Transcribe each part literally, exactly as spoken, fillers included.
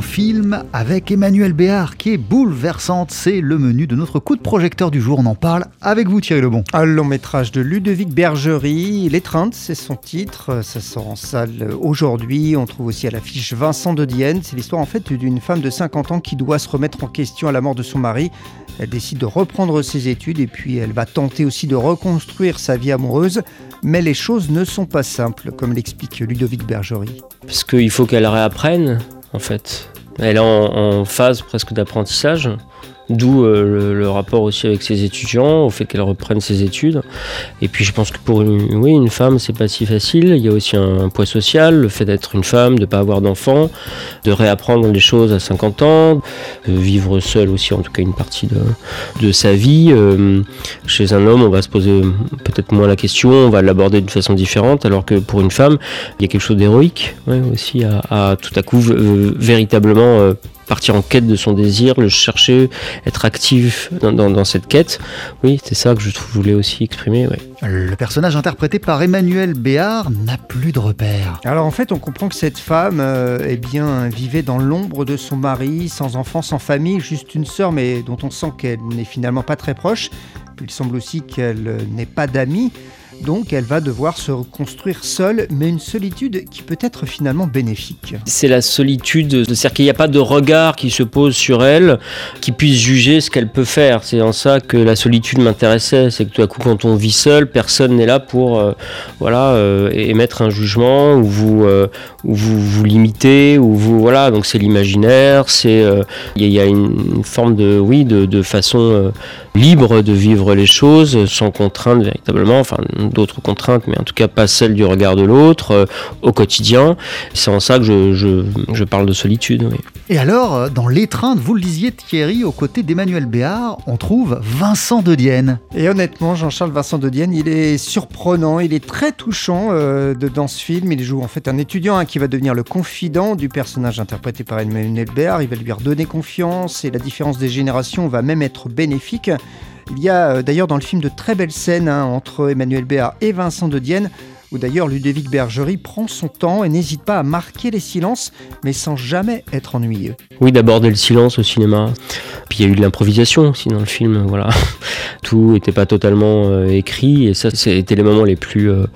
film avec Emmanuelle Béard qui est bouleversante. C'est le menu de notre coup de projecteur du jour. On en parle avec vous, Thierry Lebon. Un long métrage de Ludovic Bergerie, L'étreinte, c'est son titre. Ça sort en salle aujourd'hui. On trouve aussi à l'affiche Vincent de Dienne. C'est l'histoire en fait d'une femme de cinquante ans qui doit se remettre en question à la mort de son mari. Elle décide de reprendre ses études et puis elle va tenter aussi de reconstruire sa vie amoureuse. Mais les choses ne sont pas simples, comme l'explique Ludovic Bergerie. Parce qu'il faut qu'elle réapprenne, en fait. Elle est en, en phase presque d'apprentissage, d'où euh, le, le rapport aussi avec ses étudiants, au fait qu'elle reprenne ses études. Et puis je pense que pour une, oui, une femme, c'est pas si facile. Il y a aussi un, un poids social, le fait d'être une femme, de ne pas avoir d'enfants, de réapprendre les choses à cinquante ans, de vivre seule aussi, en tout cas une partie de, de sa vie. Euh, chez un homme, on va se poser peut-être moins la question, on va l'aborder d'une façon différente, alors que pour une femme, il y a quelque chose d'héroïque ouais, aussi à, à tout à coup euh, véritablement euh, partir en quête de son désir, le chercher, être actif dans, dans, dans cette quête. Oui, c'est ça que je voulais aussi exprimer. Ouais. Le personnage interprété par Emmanuelle Béard n'a plus de repères. Alors en fait, on comprend que cette femme euh, eh bien, vivait dans l'ombre de son mari, sans enfant, sans famille, juste une sœur, mais dont on sent qu'elle n'est finalement pas très proche. Il semble aussi qu'elle n'ait pas d'amis. Donc elle va devoir se reconstruire seule, mais une solitude qui peut être finalement bénéfique. C'est la solitude, c'est-à-dire qu'il n'y a pas de regard qui se pose sur elle, qui puisse juger ce qu'elle peut faire. C'est en ça que la solitude m'intéressait, c'est que tout à coup quand on vit seul, personne n'est là pour euh, voilà, euh, émettre un jugement, ou vous, euh, ou vous, vous limiter, ou vous, voilà, donc c'est l'imaginaire, c'est, euh, il y a une forme de, oui, de, de façon euh, libre de vivre les choses, sans contrainte véritablement, enfin d'autres contraintes, mais en tout cas pas celle du regard de l'autre, euh, au quotidien. C'est en ça que je, je, je parle de solitude. Oui. Et alors, dans L'étreinte, vous le disiez Thierry, aux côtés d'Emmanuelle Béard, on trouve Vincent de Dienne. Et honnêtement, Jean-Charles Vincent de Dienne, il est surprenant, il est très touchant euh, de, dans ce film. Il joue en fait un étudiant hein, qui va devenir le confident du personnage interprété par Emmanuelle Béard. Il va lui redonner confiance et la différence des générations va même être bénéfique. Il y a euh, d'ailleurs dans le film de très belles scènes hein, entre Emmanuelle Béard et Vincent de Dienne, où d'ailleurs Ludovic Bergerie prend son temps et n'hésite pas à marquer les silences, mais sans jamais être ennuyeux. Oui, d'aborder le silence au cinéma. Puis il y a eu de l'improvisation aussi dans le film, voilà. Tout n'était pas totalement euh, écrit, et ça, c'était les moments les plus... Euh,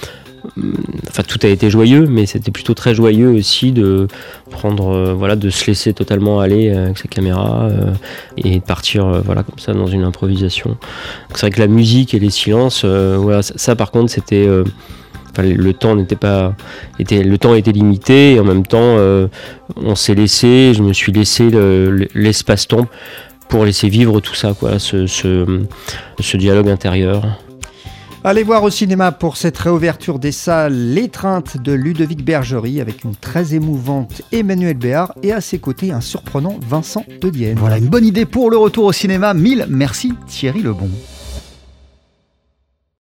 Enfin, tout a été joyeux, mais c'était plutôt très joyeux aussi de prendre, euh, voilà, de se laisser totalement aller avec sa caméra euh, et de partir, euh, voilà, comme ça dans une improvisation. Donc, c'est vrai que la musique et les silences, euh, voilà, ça, ça par contre, c'était, euh, enfin, le temps n'était pas, était, le temps était limité et en même temps, euh, on s'est laissé, je me suis laissé le, l'espace-temps pour laisser vivre tout ça, quoi, ce, ce, ce dialogue intérieur. Allez voir au cinéma pour cette réouverture des salles L'étreinte de Ludovic Bergerie avec une très émouvante Emmanuelle Béard et à ses côtés un surprenant Vincent de Dienne. Voilà une bonne idée pour le retour au cinéma. Mille merci Thierry Lebon.